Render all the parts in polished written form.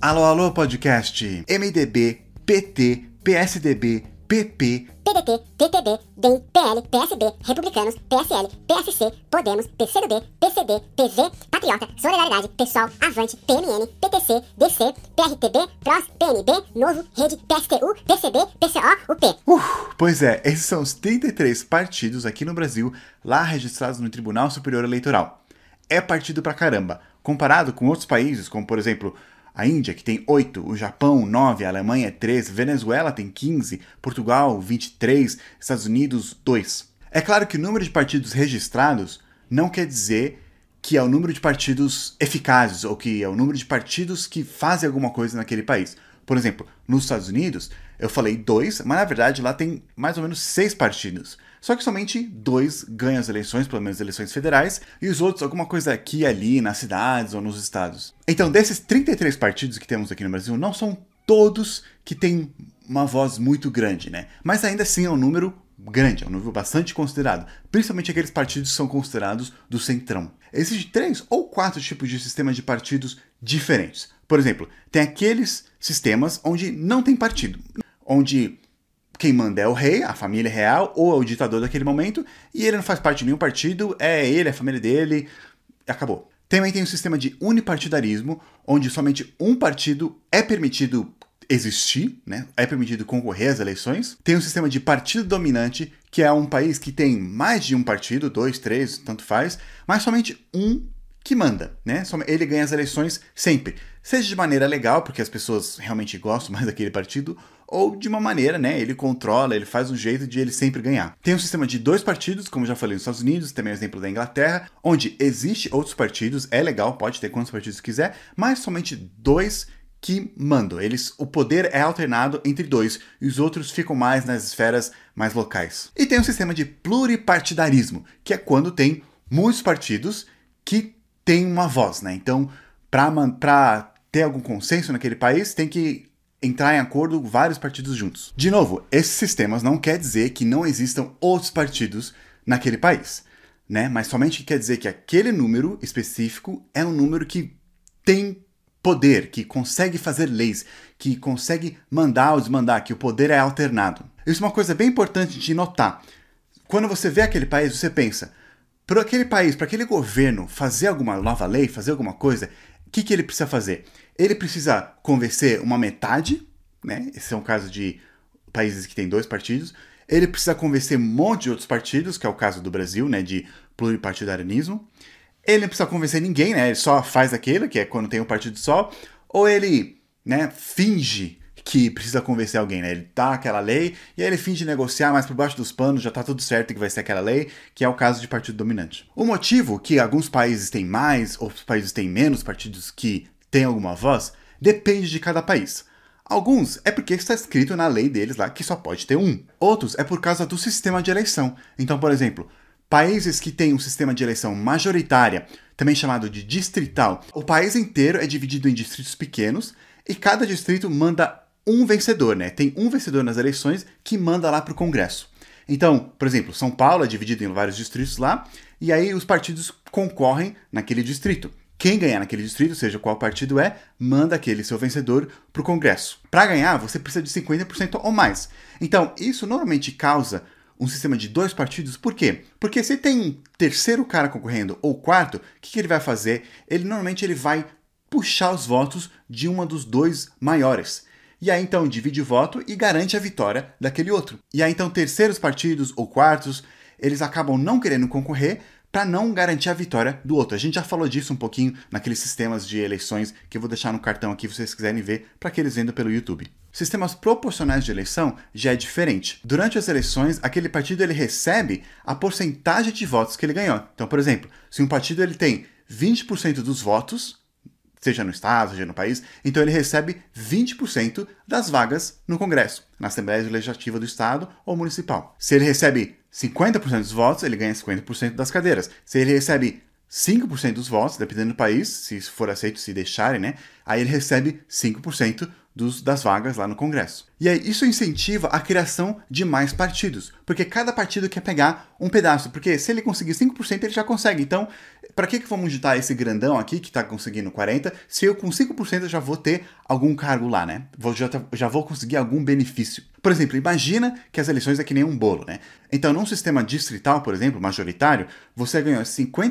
Alô, alô, podcast. MDB, PT, PSDB, PP, PDT, PTB, DEM, PL, PSB, Republicanos, PSL, PSC, Podemos, PCdoB, PCD, PV, Patriota, Solidariedade, PSOL, Avante, PMN, PTC, DC, PRTB, PROS, PNB, Novo, Rede, PSTU, PCB, PCO, UP. Pois é, esses são os 33 partidos aqui no Brasil, lá registrados no Tribunal Superior Eleitoral. É partido pra caramba. Comparado com outros países, como por exemplo a Índia, que tem 8, o Japão 9, a Alemanha 3, Venezuela tem 15, Portugal 23, Estados Unidos 2. É claro que o número de partidos registrados não quer dizer que é o número de partidos eficazes ou que é o número de partidos que fazem alguma coisa naquele país. Por exemplo, nos Estados Unidos, eu falei 2, mas na verdade lá tem mais ou menos 6 partidos. Só que somente 2 ganham as eleições, pelo menos as eleições federais, e os outros alguma coisa aqui e ali, nas cidades ou nos estados. Então, desses 33 partidos que temos aqui no Brasil, não são todos que têm uma voz muito grande, né? Mas ainda assim é um número grande, é um número bastante considerado. Principalmente aqueles partidos que são considerados do centrão. Existem 3 ou 4 tipos de sistemas de partidos diferentes. Por exemplo, tem aqueles sistemas onde não tem partido, onde quem manda é o rei, a família real, ou é o ditador daquele momento, e ele não faz parte de nenhum partido, é ele, a família dele, acabou. Também tem um sistema de unipartidarismo, onde somente um partido é permitido existir, né? É permitido concorrer às eleições. Tem um sistema de partido dominante, que é um país que tem mais de um partido, 2, 3, tanto faz, mas somente um que manda, né? Ele ganha as eleições sempre. Seja de maneira legal, porque as pessoas realmente gostam mais daquele partido, ou de uma maneira, né? Ele controla, ele faz um jeito de ele sempre ganhar. Tem um sistema de 2 partidos, como já falei nos Estados Unidos, também é o exemplo da Inglaterra, onde existe outros partidos, é legal, pode ter quantos partidos quiser, mas somente 2 que mandam. O poder é alternado entre 2, e os outros ficam mais nas esferas mais locais. E tem um sistema de pluripartidarismo, que é quando tem muitos partidos que têm uma voz, né? Então, para ter algum consenso naquele país, tem que entrar em acordo vários partidos juntos. De novo, esses sistemas não quer dizer que não existam outros partidos naquele país, né? Mas somente quer dizer que aquele número específico é um número que tem poder, que consegue fazer leis, que consegue mandar ou desmandar, que o poder é alternado. Isso é uma coisa bem importante de notar. Quando você vê aquele país, você pensa, para aquele país, para aquele governo fazer alguma nova lei, fazer alguma coisa, o que ele precisa fazer? Ele precisa convencer uma metade, né? Esse é um caso de países que têm 2 partidos. Ele precisa convencer um monte de outros partidos, que é o caso do Brasil, né? De pluripartidarismo. Ele não precisa convencer ninguém, né? Ele só faz aquilo, que é quando tem um partido só. Ou ele, né, finge que precisa convencer alguém, né? Ele dá aquela lei e aí ele finge negociar, mas por baixo dos panos já tá tudo certo que vai ser aquela lei, que é o caso de partido dominante. O motivo que alguns países têm mais, outros países têm menos partidos que têm alguma voz, depende de cada país. Alguns é porque está escrito na lei deles lá que só pode ter um. Outros é por causa do sistema de eleição. Então, por exemplo, países que têm um sistema de eleição majoritária, também chamado de distrital, o país inteiro é dividido em distritos pequenos e cada distrito manda um vencedor, né? Tem um vencedor nas eleições que manda lá para o Congresso. Então, por exemplo, São Paulo é dividido em vários distritos lá, e aí os partidos concorrem naquele distrito. Quem ganhar naquele distrito, seja qual partido é, manda aquele seu vencedor para o Congresso. Para ganhar, você precisa de 50% ou mais. Então, isso normalmente causa um sistema de 2 partidos. Por quê? Porque se tem um terceiro cara concorrendo ou quarto, o que ele vai fazer? Normalmente ele vai puxar os votos de uma dos 2 maiores. E aí, então, divide o voto e garante a vitória daquele outro. E aí, então, terceiros partidos ou quartos, eles acabam não querendo concorrer para não garantir a vitória do outro. A gente já falou disso um pouquinho naqueles sistemas de eleições que eu vou deixar no cartão aqui se vocês quiserem ver para aqueles vendo pelo YouTube. Sistemas proporcionais de eleição já é diferente. Durante as eleições, aquele partido ele recebe a porcentagem de votos que ele ganhou. Então, por exemplo, se um partido ele tem 20% dos votos, seja no estado, seja no país, então ele recebe 20% das vagas no Congresso, na Assembleia Legislativa do Estado ou municipal. Se ele recebe 50% dos votos, ele ganha 50% das cadeiras. Se ele recebe 5% dos votos, dependendo do país, se for aceito, se deixarem, né? Aí ele recebe 5% das vagas lá no Congresso. E aí isso incentiva a criação de mais partidos, porque cada partido quer pegar um pedaço, porque se ele conseguir 5%, ele já consegue. Então, pra que vamos juntar esse grandão aqui que tá conseguindo 40, se eu com 5% já vou ter algum cargo lá, né? Já vou conseguir algum benefício. Por exemplo, imagina que as eleições é que nem um bolo, né? Então, num sistema distrital, por exemplo, majoritário, você ganhou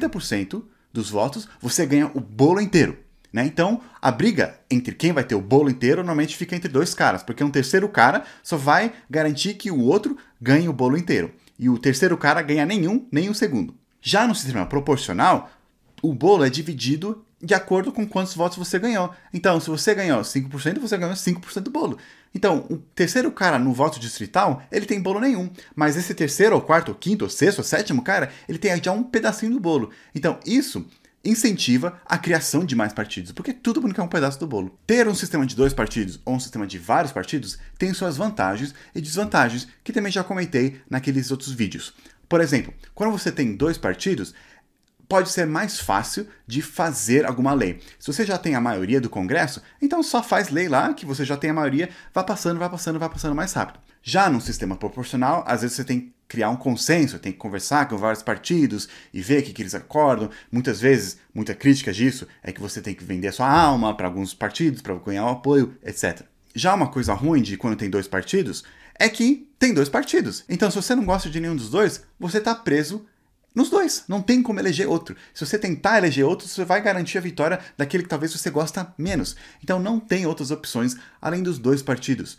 50% dos votos, você ganha o bolo inteiro. Né? Então, a briga entre quem vai ter o bolo inteiro normalmente fica entre dois caras, porque um terceiro cara só vai garantir que o outro ganhe o bolo inteiro. E o terceiro cara ganha nem o segundo. Já no sistema proporcional, o bolo é dividido de acordo com quantos votos você ganhou. Então, se você ganhou 5%, você ganhou 5% do bolo. Então, o terceiro cara no voto distrital, ele tem bolo nenhum. Mas esse terceiro, ou quarto, ou quinto, ou sexto, ou sétimo cara, ele tem já um pedacinho do bolo. Então, isso incentiva a criação de mais partidos, porque tudo mundo quer um pedaço do bolo. Ter um sistema de 2 partidos ou um sistema de vários partidos tem suas vantagens e desvantagens, que também já comentei naqueles outros vídeos. Por exemplo, quando você tem 2 partidos, pode ser mais fácil de fazer alguma lei. Se você já tem a maioria do Congresso, então só faz lei lá, que você já tem a maioria, vai passando mais rápido. Já num sistema proporcional, às vezes você tem que criar um consenso, tem que conversar com vários partidos e ver o que eles acordam. Muitas vezes, muita crítica disso é que você tem que vender a sua alma para alguns partidos, para ganhar o apoio, etc. Já uma coisa ruim de quando tem 2 partidos é que tem 2 partidos. Então, se você não gosta de nenhum dos dois, você está preso nos dois. Não tem como eleger outro. Se você tentar eleger outro, você vai garantir a vitória daquele que talvez você gosta menos. Então, não tem outras opções além dos 2 partidos.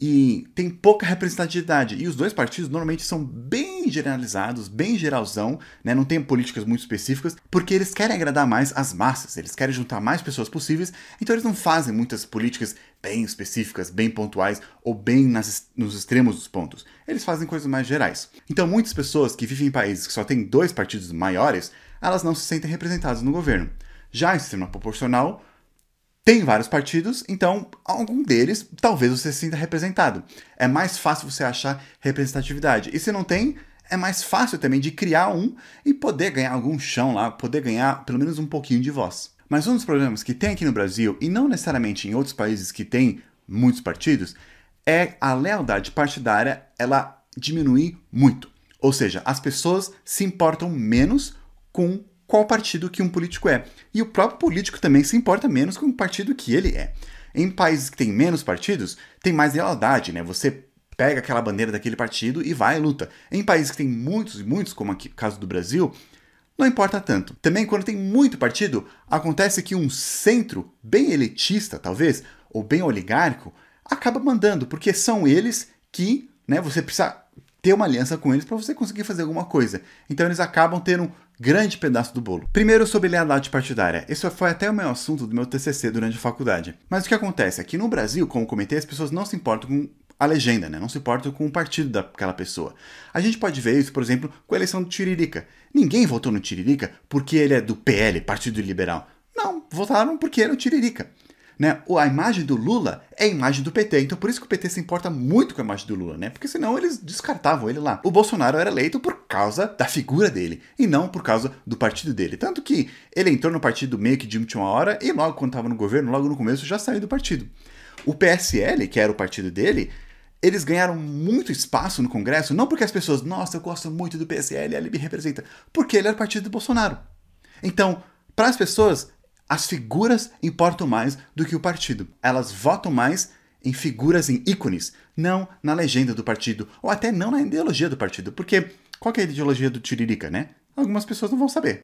E tem pouca representatividade. E os 2 partidos normalmente são bem generalizados, bem geralzão, né? Não tem políticas muito específicas, porque eles querem agradar mais as massas, eles querem juntar mais pessoas possíveis, então eles não fazem muitas políticas bem específicas, bem pontuais ou bem nos extremos dos pontos. Eles fazem coisas mais gerais. Então muitas pessoas que vivem em países que só têm 2 partidos maiores, elas não se sentem representadas no governo. Já em sistema proporcional, tem vários partidos, então algum deles talvez você se sinta representado. É mais fácil você achar representatividade. E se não tem, é mais fácil também de criar um e poder ganhar algum chão lá, poder ganhar pelo menos um pouquinho de voz. Mas um dos problemas que tem aqui no Brasil, e não necessariamente em outros países que têm muitos partidos, é a lealdade partidária, ela diminuir muito. Ou seja, as pessoas se importam menos com qual partido que um político é. E o próprio político também se importa menos com o partido que ele é. Em países que têm menos partidos, tem mais lealdade, né? Você pega aquela bandeira daquele partido e vai à luta. Em países que têm muitos e muitos, como aqui, o caso do Brasil, não importa tanto. Também quando tem muito partido, acontece que um centro bem elitista, talvez, ou bem oligárquico, acaba mandando, porque são eles que, né, você precisa ter uma aliança com eles para você conseguir fazer alguma coisa. Então eles acabam tendo um grande pedaço do bolo. Primeiro, sobre lealdade partidária. Esse foi até o meu assunto do meu TCC durante a faculdade. Mas o que acontece? Aqui no Brasil, como comentei, as pessoas não se importam com a legenda, né? Não se importam com o partido daquela pessoa. A gente pode ver isso, por exemplo, com a eleição do Tiririca. Ninguém votou no Tiririca porque ele é do PL, Partido Liberal. Não, votaram porque ele é o Tiririca. Né? A imagem do Lula é a imagem do PT, então por isso que o PT se importa muito com a imagem do Lula, né? Porque senão eles descartavam ele lá. O Bolsonaro era eleito por causa da figura dele, e não por causa do partido dele. Tanto que ele entrou no partido meio que de última hora, e logo quando estava no governo, logo no começo, já saiu do partido. O PSL, que era o partido dele, eles ganharam muito espaço no Congresso, não porque as pessoas, nossa, eu gosto muito do PSL, ele me representa, porque ele era o partido do Bolsonaro. Então, para as pessoas, as figuras importam mais do que o partido. Elas votam mais em figuras, em ícones, não na legenda do partido, ou até não na ideologia do partido. Porque qual que é a ideologia do Tiririca, né? Algumas pessoas não vão saber.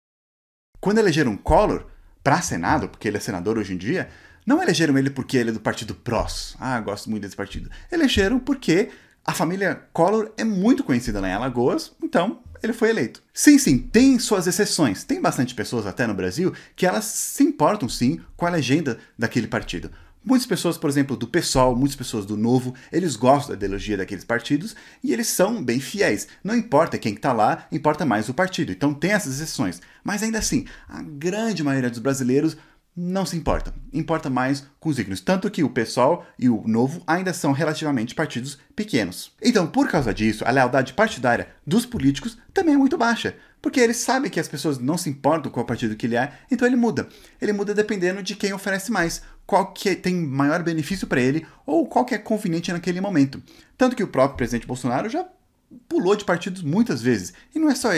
Quando elegeram Collor para Senado, porque ele é senador hoje em dia, não elegeram ele porque ele é do partido PROS. Ah, gosto muito desse partido. Elegeram porque a família Collor é muito conhecida lá em Alagoas, então ele foi eleito. Sim, tem suas exceções. Tem bastante pessoas até no Brasil que elas se importam sim com a legenda daquele partido. Muitas pessoas, por exemplo, do PSOL, muitas pessoas do Novo, eles gostam da ideologia daqueles partidos e eles são bem fiéis. Não importa quem está lá, importa mais o partido. Então tem essas exceções. Mas ainda assim, a grande maioria dos brasileiros não se importa. Importa mais com os ícones. Tanto que o PSOL e o Novo ainda são relativamente partidos pequenos. Então, por causa disso, a lealdade partidária dos políticos também é muito baixa. Porque ele sabe que as pessoas não se importam com o partido que ele é, então ele muda. Ele muda dependendo de quem oferece mais, qual que tem maior benefício para ele ou qual que é conveniente naquele momento. Tanto que o próprio presidente Bolsonaro já pulou de partidos muitas vezes. E não é só ele.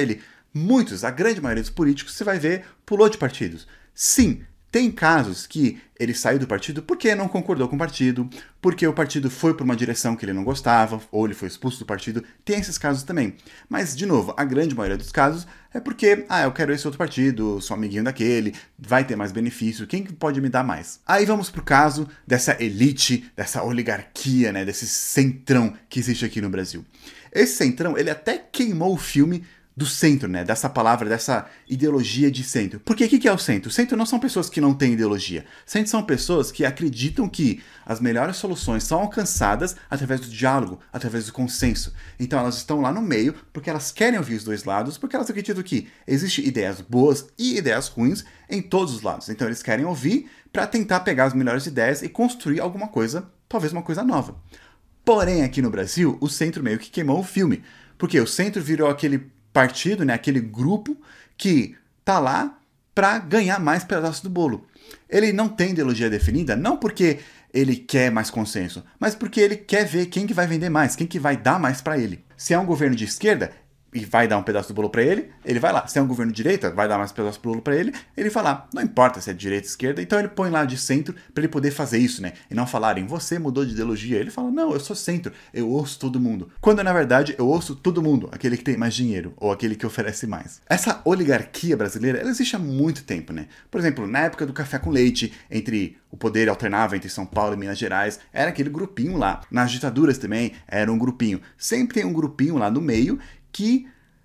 a grande maioria dos políticos, você vai ver, pulou de partidos. Sim, tem casos que ele saiu do partido porque não concordou com o partido, porque o partido foi por uma direção que ele não gostava, ou ele foi expulso do partido. Tem esses casos também. Mas, de novo, a grande maioria dos casos é porque, eu quero esse outro partido, sou amiguinho daquele, vai ter mais benefício, quem pode me dar mais? Aí vamos pro caso dessa elite, dessa oligarquia, né, desse centrão que existe aqui no Brasil. Esse centrão, ele até queimou o filme do centro, né? Dessa palavra, dessa ideologia de centro. Porque o que é o centro? O centro não são pessoas que não têm ideologia. Centro são pessoas que acreditam que as melhores soluções são alcançadas através do diálogo, através do consenso. Então elas estão lá no meio porque elas querem ouvir os dois lados, porque elas acreditam que existem ideias boas e ideias ruins em todos os lados. Então eles querem ouvir para tentar pegar as melhores ideias e construir alguma coisa, talvez uma coisa nova. Porém, aqui no Brasil, o centro meio que queimou o filme. Porque o centro virou aquele partido, né, aquele grupo que tá lá para ganhar mais pedaços do bolo. Ele não tem ideologia definida, não porque ele quer mais consenso, mas porque ele quer ver quem que vai vender mais, quem que vai dar mais para ele. Se é um governo de esquerda e vai dar um pedaço do bolo para ele vai lá. Se é um governo de direita, vai dar mais pedaço do bolo para ele vai lá. Não importa se é de direita ou esquerda, então ele põe lá de centro para ele poder fazer isso, né? E não falarem, você mudou de ideologia. Ele fala, não, eu sou centro, eu ouço todo mundo. Quando na verdade eu ouço todo mundo, aquele que tem mais dinheiro ou aquele que oferece mais. Essa oligarquia brasileira, ela existe há muito tempo, né? Por exemplo, na época do café com leite, entre o poder alternava entre São Paulo e Minas Gerais, era aquele grupinho lá. Nas ditaduras também era um grupinho. Sempre tem um grupinho lá no meio que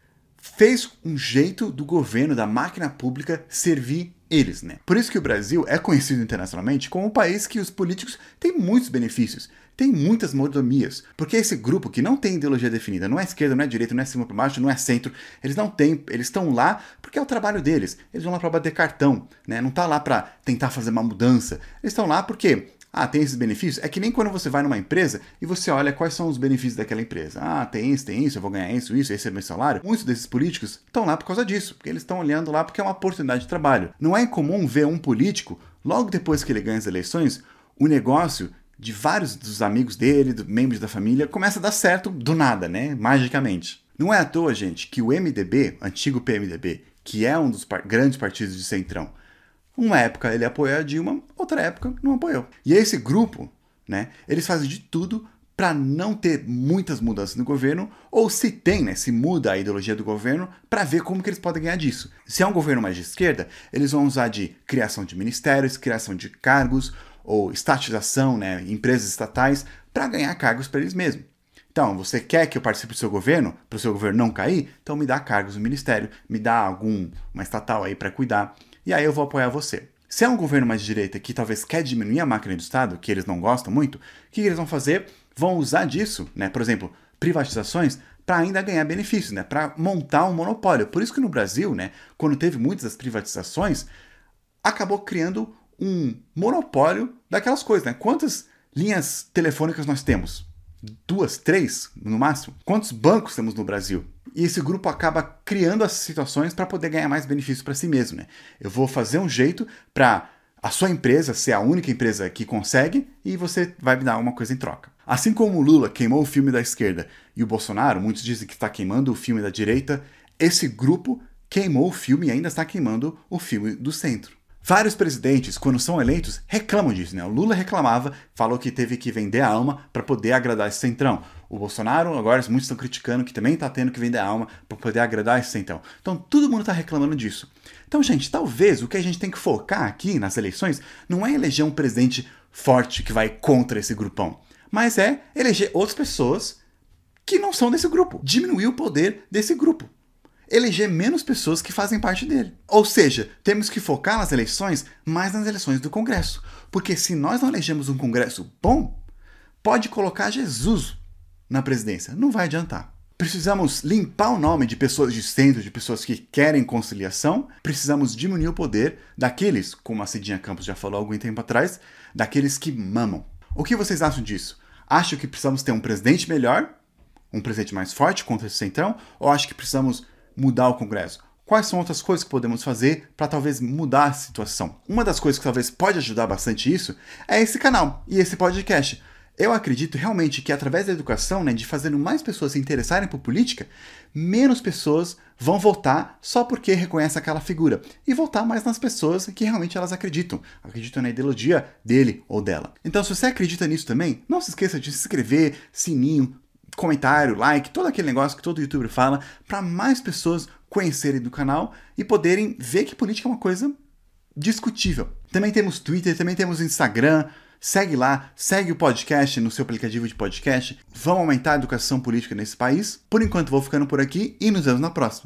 fez um jeito do governo, da máquina pública, servir eles, né? Por isso que o Brasil é conhecido internacionalmente como um país que os políticos têm muitos benefícios, tem muitas mordomias, porque esse grupo que não tem ideologia definida, não é esquerda, não é direita, não é cima para baixo, não é centro, eles não têm, eles estão lá porque é o trabalho deles, eles vão lá para bater cartão, né? Não tá lá para tentar fazer uma mudança, eles estão lá porque tem esses benefícios? É que nem quando você vai numa empresa e você olha quais são os benefícios daquela empresa. Tem isso, eu vou ganhar isso, esse é meu salário. Muitos desses políticos estão lá por causa disso, porque eles estão olhando lá porque é uma oportunidade de trabalho. Não é incomum ver um político, logo depois que ele ganha as eleições, o negócio de vários dos amigos dele, membros da família, começa a dar certo do nada, né? Magicamente. Não é à toa, gente, que o MDB, antigo PMDB, que é um dos grandes partidos de centrão, uma época ele apoiou a Dilma, outra época não apoiou. E esse grupo, né, eles fazem de tudo para não ter muitas mudanças no governo, ou se tem, né, se muda a ideologia do governo, para ver como que eles podem ganhar disso. Se é um governo mais de esquerda, eles vão usar de criação de ministérios, criação de cargos, ou estatização, né, empresas estatais, para ganhar cargos para eles mesmos. Então, você quer que eu participe do seu governo, para o seu governo não cair? Então me dá cargos no ministério, me dá uma estatal aí para cuidar. E aí eu vou apoiar você. Se é um governo mais de direita que talvez quer diminuir a máquina do Estado, que eles não gostam muito, o que eles vão fazer? Vão usar disso, né? Por exemplo, privatizações, para ainda ganhar benefícios, né? Para montar um monopólio. Por isso que no Brasil, né, quando teve muitas das privatizações, acabou criando um monopólio daquelas coisas, né? Quantas linhas telefônicas nós temos? 2, 3 no máximo? Quantos bancos temos no Brasil? E esse grupo acaba criando essas situações para poder ganhar mais benefícios para si mesmo, né? Eu vou fazer um jeito para a sua empresa ser a única empresa que consegue e você vai me dar uma coisa em troca. Assim como o Lula queimou o filme da esquerda e o Bolsonaro, muitos dizem que está queimando o filme da direita, esse grupo queimou o filme e ainda está queimando o filme do centro. Vários presidentes, quando são eleitos, reclamam disso, né? O Lula reclamava, falou que teve que vender a alma para poder agradar esse centrão. O Bolsonaro, agora muitos estão criticando que também está tendo que vender a alma para poder agradar esse centrão. Então todo mundo está reclamando disso. Então, gente, talvez o que a gente tem que focar aqui nas eleições não é eleger um presidente forte que vai contra esse grupão, mas é eleger outras pessoas que não são desse grupo. Diminuir o poder desse grupo. Eleger menos pessoas que fazem parte dele. Ou seja, temos que focar nas eleições mais nas eleições do Congresso. Porque se nós não elegemos um Congresso bom, pode colocar Jesus na presidência. Não vai adiantar. Precisamos limpar o nome de pessoas de centro, de pessoas que querem conciliação. Precisamos diminuir o poder daqueles, como a Cidinha Campos já falou há algum tempo atrás, daqueles que mamam. O que vocês acham disso? Acham que precisamos ter um presidente melhor? Um presidente mais forte contra esse centrão? Ou acham que precisamos mudar o Congresso? Quais são outras coisas que podemos fazer para talvez mudar a situação? Uma das coisas que talvez pode ajudar bastante isso é esse canal e esse podcast. Eu acredito realmente que através da educação, né, de fazendo mais pessoas se interessarem por política, menos pessoas vão votar só porque reconhecem aquela figura. E votar mais nas pessoas que realmente elas acreditam na ideologia dele ou dela. Então, se você acredita nisso também, não se esqueça de se inscrever, sininho, comentário, like, todo aquele negócio que todo youtuber fala, para mais pessoas conhecerem do canal e poderem ver que política é uma coisa discutível. Também temos Twitter, também temos Instagram. Segue lá, segue o podcast no seu aplicativo de podcast. Vamos aumentar a educação política nesse país. Por enquanto, vou ficando por aqui e nos vemos na próxima.